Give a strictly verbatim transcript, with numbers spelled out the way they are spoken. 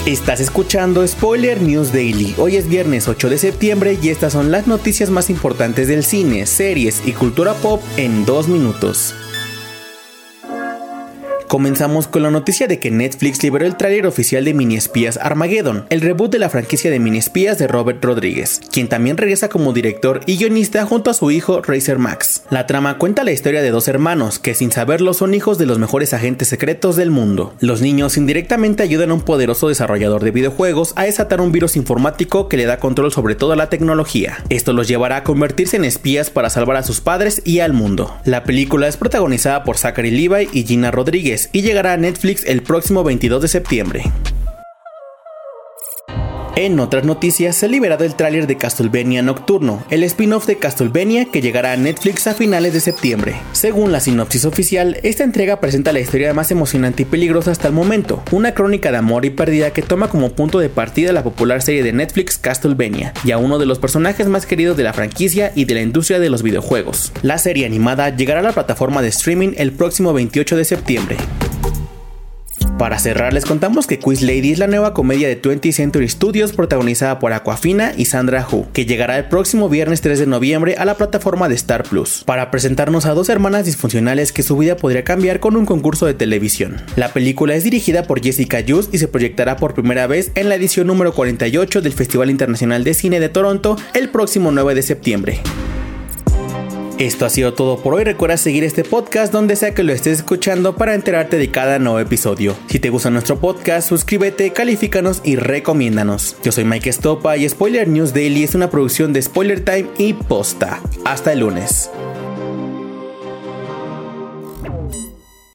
Estás escuchando Spoiler News Daily. Hoy es viernes ocho de septiembre y estas son las noticias más importantes del cine, series y cultura pop en dos minutos. Comenzamos con la noticia de que Netflix liberó el tráiler oficial de Miniespías Armageddon, el reboot de la franquicia de Miniespías de Robert Rodríguez, quien también regresa como director y guionista junto a su hijo Razer Max. La trama cuenta la historia de dos hermanos que sin saberlo son hijos de los mejores agentes secretos del mundo. Los niños indirectamente ayudan a un poderoso desarrollador de videojuegos a desatar un virus informático que le da control sobre toda la tecnología. Esto los llevará a convertirse en espías para salvar a sus padres y al mundo. La película es protagonizada por Zachary Levi y Gina Rodríguez y llegará a Netflix el próximo veintidós de septiembre. En otras noticias, se ha liberado el tráiler de Castlevania Nocturno, el spin-off de Castlevania que llegará a Netflix a finales de septiembre. Según la sinopsis oficial, esta entrega presenta la historia más emocionante y peligrosa hasta el momento, una crónica de amor y pérdida que toma como punto de partida la popular serie de Netflix Castlevania, y a uno de los personajes más queridos de la franquicia y de la industria de los videojuegos. La serie animada llegará a la plataforma de streaming el próximo veintiocho de septiembre. Para cerrar, les contamos que Quiz Lady es la nueva comedia de twentieth Century Studios protagonizada por Awkwafina y Sandra Oh, que llegará el próximo viernes tres de noviembre a la plataforma de Star Plus, para presentarnos a dos hermanas disfuncionales que su vida podría cambiar con un concurso de televisión. La película es dirigida por Jessica Just y se proyectará por primera vez en la edición número cuarenta y ocho del Festival Internacional de Cine de Toronto el próximo nueve de septiembre. Esto ha sido todo por hoy. Recuerda seguir este podcast donde sea que lo estés escuchando para enterarte de cada nuevo episodio. Si te gusta nuestro podcast, suscríbete, califícanos y recomiéndanos. Yo soy Mike Estopa y Spoiler News Daily es una producción de Spoiler Time y Posta. Hasta el lunes.